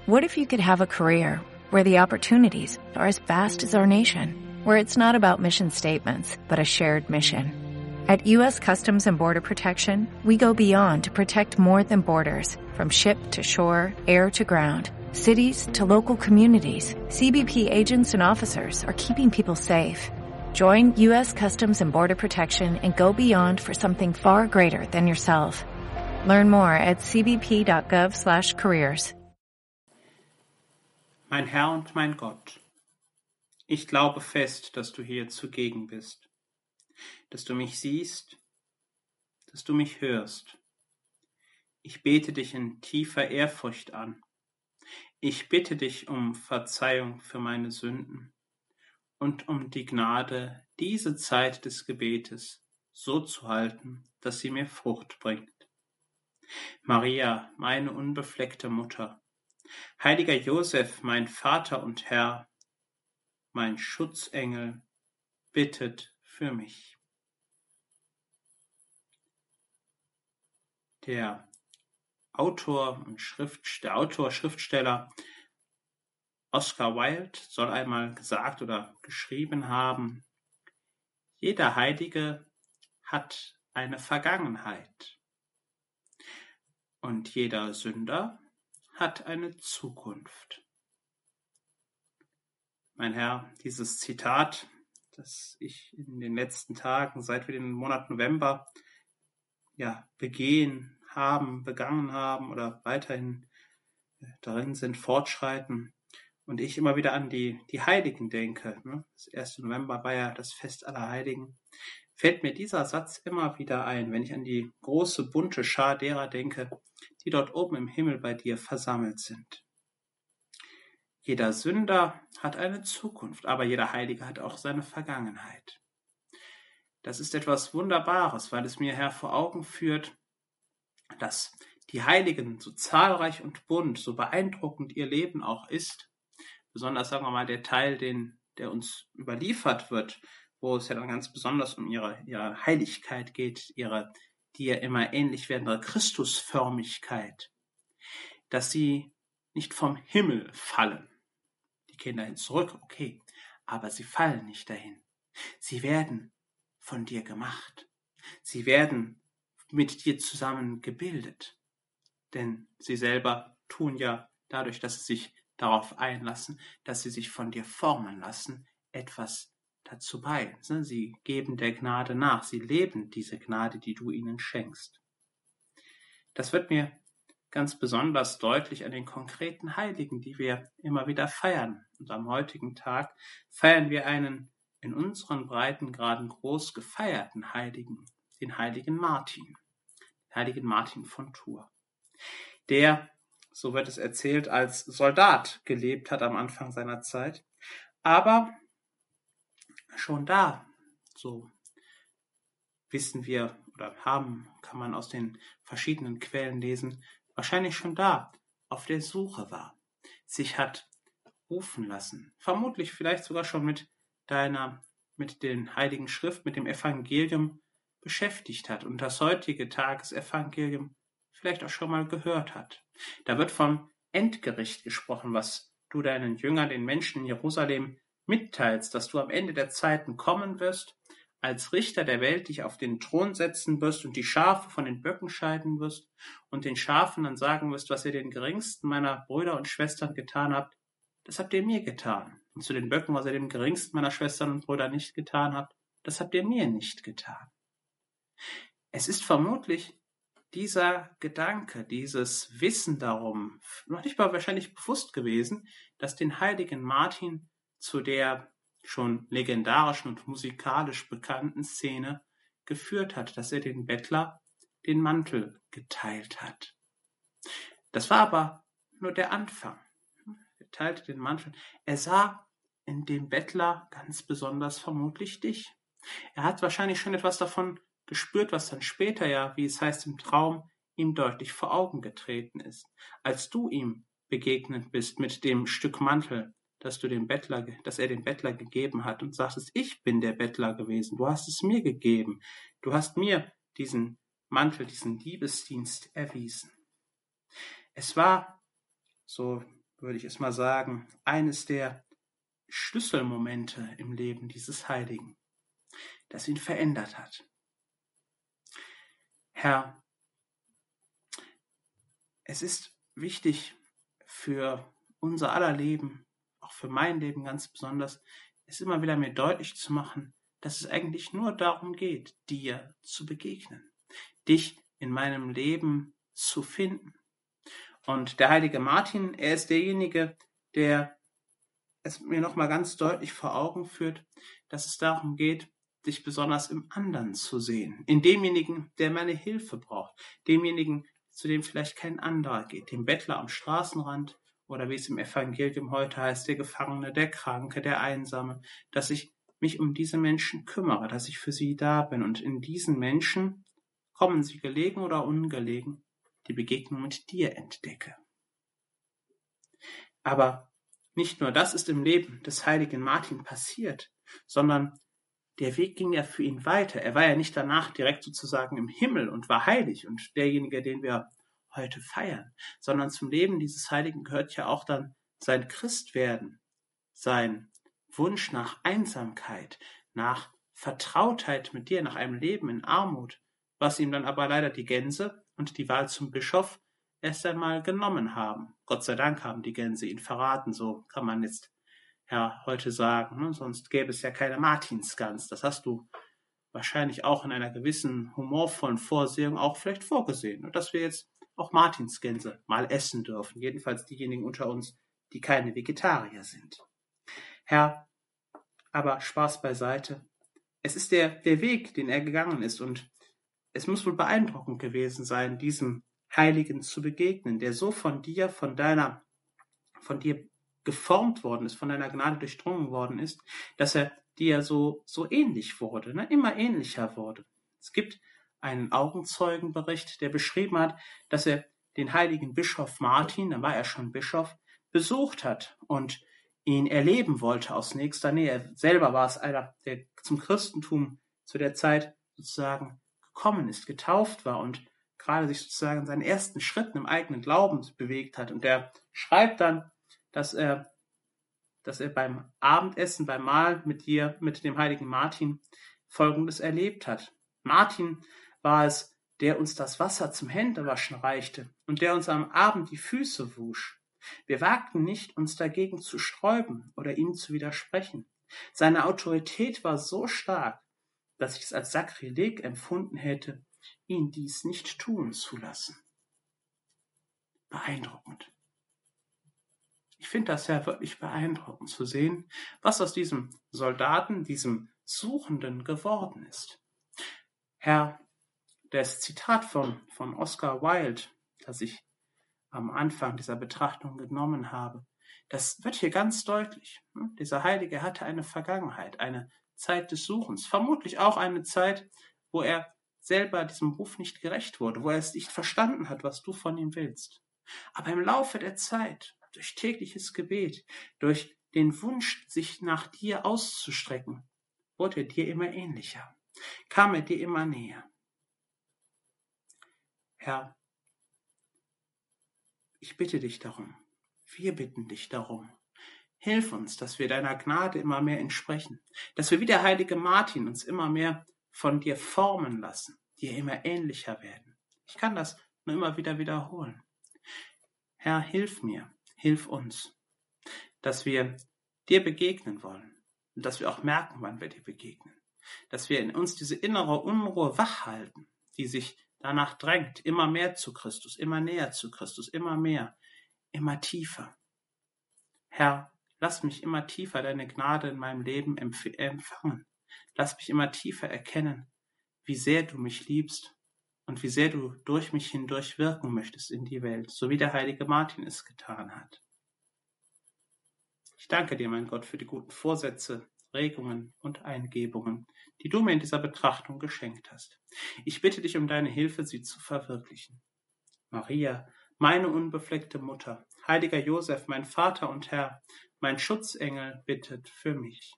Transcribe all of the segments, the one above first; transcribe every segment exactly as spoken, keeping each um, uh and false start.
What if you could have a career where the opportunities are as vast as our nation, where it's not about mission statements, but a shared mission? At U S Customs and Border Protection, we go beyond to protect more than borders. From ship to shore, air to ground, cities to local communities, C B P agents and officers are keeping people safe. Join U S Customs and Border Protection and go beyond for something far greater than yourself. Learn more at c b p dot gov slash careers. Mein Herr und mein Gott, ich glaube fest, dass du hier zugegen bist, dass du mich siehst, dass du mich hörst. Ich bete dich in tiefer Ehrfurcht an. Ich bitte dich um Verzeihung für meine Sünden und um die Gnade, diese Zeit des Gebetes so zu halten, dass sie mir Frucht bringt. Maria, meine unbefleckte Mutter, heiliger Josef, mein Vater und Herr, mein Schutzengel, bittet für mich. Der Autor und Schrift, der Autor, Schriftsteller Oscar Wilde soll einmal gesagt oder geschrieben haben: Jeder Heilige hat eine Vergangenheit und jeder Sünder hat eine Zukunft. Mein Herr, dieses Zitat, das ich in den letzten Tagen, seit wir den Monat November ja, begehen haben, begangen haben oder weiterhin darin sind, fortschreiten, und ich immer wieder an die, die Heiligen denke, ne? Das erste November war ja das Fest aller Heiligen, fällt mir dieser Satz immer wieder ein, wenn ich an die große, bunte Schar derer denke, die dort oben im Himmel bei dir versammelt sind. Jeder Sünder hat eine Zukunft, aber jeder Heilige hat auch seine Vergangenheit. Das ist etwas Wunderbares, weil es mir, Herr, vor Augen führt, dass die Heiligen, so zahlreich und bunt, so beeindruckend ihr Leben auch ist, besonders, sagen wir mal, der Teil, den, der uns überliefert wird, wo es ja dann ganz besonders um ihre, ihre Heiligkeit geht, ihre, die ja immer ähnlich werdende Christusförmigkeit, dass sie nicht vom Himmel fallen. Die gehen dahin zurück, okay, aber sie fallen nicht dahin. Sie werden von dir gemacht. Sie werden mit dir zusammen gebildet. Denn sie selber tun ja dadurch, dass sie sich darauf einlassen, dass sie sich von dir formen lassen, etwas dazu bei. Sie geben der Gnade nach. Sie leben diese Gnade, die du ihnen schenkst. Das wird mir ganz besonders deutlich an den konkreten Heiligen, die wir immer wieder feiern. Und am heutigen Tag feiern wir einen in unseren Breitengraden groß gefeierten Heiligen, den heiligen Martin, den heiligen Martin von Tours, der, so wird es erzählt, als Soldat gelebt hat am Anfang seiner Zeit, aber schon da, so wissen wir oder haben, kann man aus den verschiedenen Quellen lesen, wahrscheinlich schon da auf der Suche war, sich hat rufen lassen, vermutlich vielleicht sogar schon mit deiner, mit den Heiligen Schrift, mit dem Evangelium beschäftigt hat und das heutige Tagesevangelium vielleicht auch schon mal gehört hat. Da wird vom Endgericht gesprochen, was du deinen Jüngern, den Menschen in Jerusalem mitteilst, dass du am Ende der Zeiten kommen wirst, als Richter der Welt dich auf den Thron setzen wirst und die Schafe von den Böcken scheiden wirst und den Schafen dann sagen wirst, was ihr den geringsten meiner Brüder und Schwestern getan habt, das habt ihr mir getan. Und zu den Böcken, was ihr dem geringsten meiner Schwestern und Brüder nicht getan habt, das habt ihr mir nicht getan. Es ist vermutlich dieser Gedanke, dieses Wissen darum, noch nicht mal wahrscheinlich bewusst gewesen, dass den heiligen Martin zu der schon legendarischen und musikalisch bekannten Szene geführt hat, dass er den Bettler den Mantel geteilt hat. Das war aber nur der Anfang. Er teilte den Mantel. Er sah in dem Bettler ganz besonders vermutlich dich. Er hat wahrscheinlich schon etwas davon gespürt, was dann später ja, wie es heißt im Traum, ihm deutlich vor Augen getreten ist. Als du ihm begegnet bist mit dem Stück Mantel, das du dem Bettler, das er dem Bettler gegeben hat und sagtest, ich bin der Bettler gewesen, du hast es mir gegeben, du hast mir diesen Mantel, diesen Liebesdienst erwiesen. Es war, so würde ich es mal sagen, eines der Schlüsselmomente im Leben dieses Heiligen, das ihn verändert hat. Herr, es ist wichtig für unser aller Leben, auch für mein Leben ganz besonders, es immer wieder mir deutlich zu machen, dass es eigentlich nur darum geht, dir zu begegnen, dich in meinem Leben zu finden. Und der heilige Martin, er ist derjenige, der es mir nochmal ganz deutlich vor Augen führt, dass es darum geht, dich besonders im anderen zu sehen, in demjenigen, der meine Hilfe braucht, demjenigen, zu dem vielleicht kein anderer geht, dem Bettler am Straßenrand oder wie es im Evangelium heute heißt, der Gefangene, der Kranke, der Einsame, dass ich mich um diese Menschen kümmere, dass ich für sie da bin und in diesen Menschen, kommen sie gelegen oder ungelegen, die Begegnung mit dir entdecke. Aber nicht nur das ist im Leben des heiligen Martin passiert, sondern der Weg ging ja für ihn weiter. Er war ja nicht danach direkt sozusagen im Himmel und war heilig und derjenige, den wir heute feiern, sondern zum Leben dieses Heiligen gehört ja auch dann sein Christwerden, sein Wunsch nach Einsamkeit, nach Vertrautheit mit dir, nach einem Leben in Armut, was ihm dann aber leider die Gänse und die Wahl zum Bischof erst einmal genommen haben. Gott sei Dank haben die Gänse ihn verraten, so kann man jetzt ja heute sagen, ne? Sonst gäbe es ja keine Martinsgans. Das hast du wahrscheinlich auch in einer gewissen humorvollen Vorsehung auch vielleicht vorgesehen, ne? Dass wir jetzt auch Martinsgänse mal essen dürfen, jedenfalls diejenigen unter uns, die keine Vegetarier sind. Herr, aber Spaß beiseite. Es ist der, der Weg, den er gegangen ist und es muss wohl beeindruckend gewesen sein, diesem Heiligen zu begegnen, der so von dir, von deiner, von dir geformt worden ist, von deiner Gnade durchdrungen worden ist, dass er dir so, so ähnlich wurde, ne? Immer ähnlicher wurde. Es gibt einen Augenzeugenbericht, der beschrieben hat, dass er den heiligen Bischof Martin, da war er schon Bischof, besucht hat und ihn erleben wollte aus nächster Nähe. Er selber war es einer, der zum Christentum zu der Zeit sozusagen gekommen ist, getauft war und gerade sich sozusagen seinen ersten Schritten im eigenen Glauben bewegt hat. Und er schreibt dann, dass er, dass er beim Abendessen, beim Mahl mit dir, mit dem heiligen Martin Folgendes erlebt hat. Martin war es, der uns das Wasser zum Händewaschen reichte und der uns am Abend die Füße wusch. Wir wagten nicht, uns dagegen zu sträuben oder ihm zu widersprechen. Seine Autorität war so stark, dass ich es als Sakrileg empfunden hätte, ihn dies nicht tun zu lassen. Beeindruckend. Ich finde das ja wirklich beeindruckend zu sehen, was aus diesem Soldaten, diesem Suchenden geworden ist. Herr, das Zitat von, von Oscar Wilde, das ich am Anfang dieser Betrachtung genommen habe, das wird hier ganz deutlich. Dieser Heilige hatte eine Vergangenheit, eine Zeit des Suchens, vermutlich auch eine Zeit, wo er selber diesem Ruf nicht gerecht wurde, wo er es nicht verstanden hat, was du von ihm willst. Aber im Laufe der Zeit, durch tägliches Gebet, durch den Wunsch, sich nach dir auszustrecken, wurde er dir immer ähnlicher, kam er dir immer näher. Herr, ich bitte dich darum, wir bitten dich darum, hilf uns, dass wir deiner Gnade immer mehr entsprechen, dass wir wie der heilige Martin uns immer mehr von dir formen lassen, dir immer ähnlicher werden. Ich kann das nur immer wieder wiederholen. Herr, hilf mir, hilf uns, dass wir dir begegnen wollen und dass wir auch merken, wann wir dir begegnen, dass wir in uns diese innere Unruhe wachhalten, die sich danach drängt, immer mehr zu Christus, immer näher zu Christus, immer mehr, immer tiefer. Herr, lass mich immer tiefer deine Gnade in meinem Leben empf- empfangen. Lass mich immer tiefer erkennen, wie sehr du mich liebst und wie sehr du durch mich hindurch wirken möchtest in die Welt, so wie der heilige Martin es getan hat. Ich danke dir, mein Gott, für die guten Vorsätze, Regungen und Eingebungen, die du mir in dieser Betrachtung geschenkt hast. Ich bitte dich um deine Hilfe, sie zu verwirklichen. Maria, meine unbefleckte Mutter, heiliger Josef, mein Vater und Herr, mein Schutzengel, bittet für mich.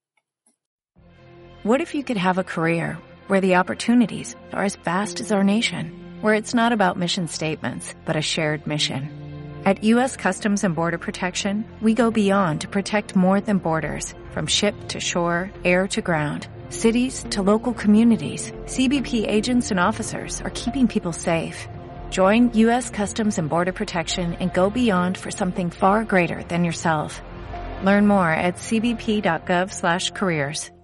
What if you could have a career where the opportunities are as vast as our nation, where it's not about mission statements, but a shared mission? At U S Customs and Border Protection, we go beyond to protect more than borders. From ship to shore, air to ground, cities to local communities, C B P agents and officers are keeping people safe. Join U S Customs and Border Protection and go beyond for something far greater than yourself. Learn more at cbp.gov slash careers.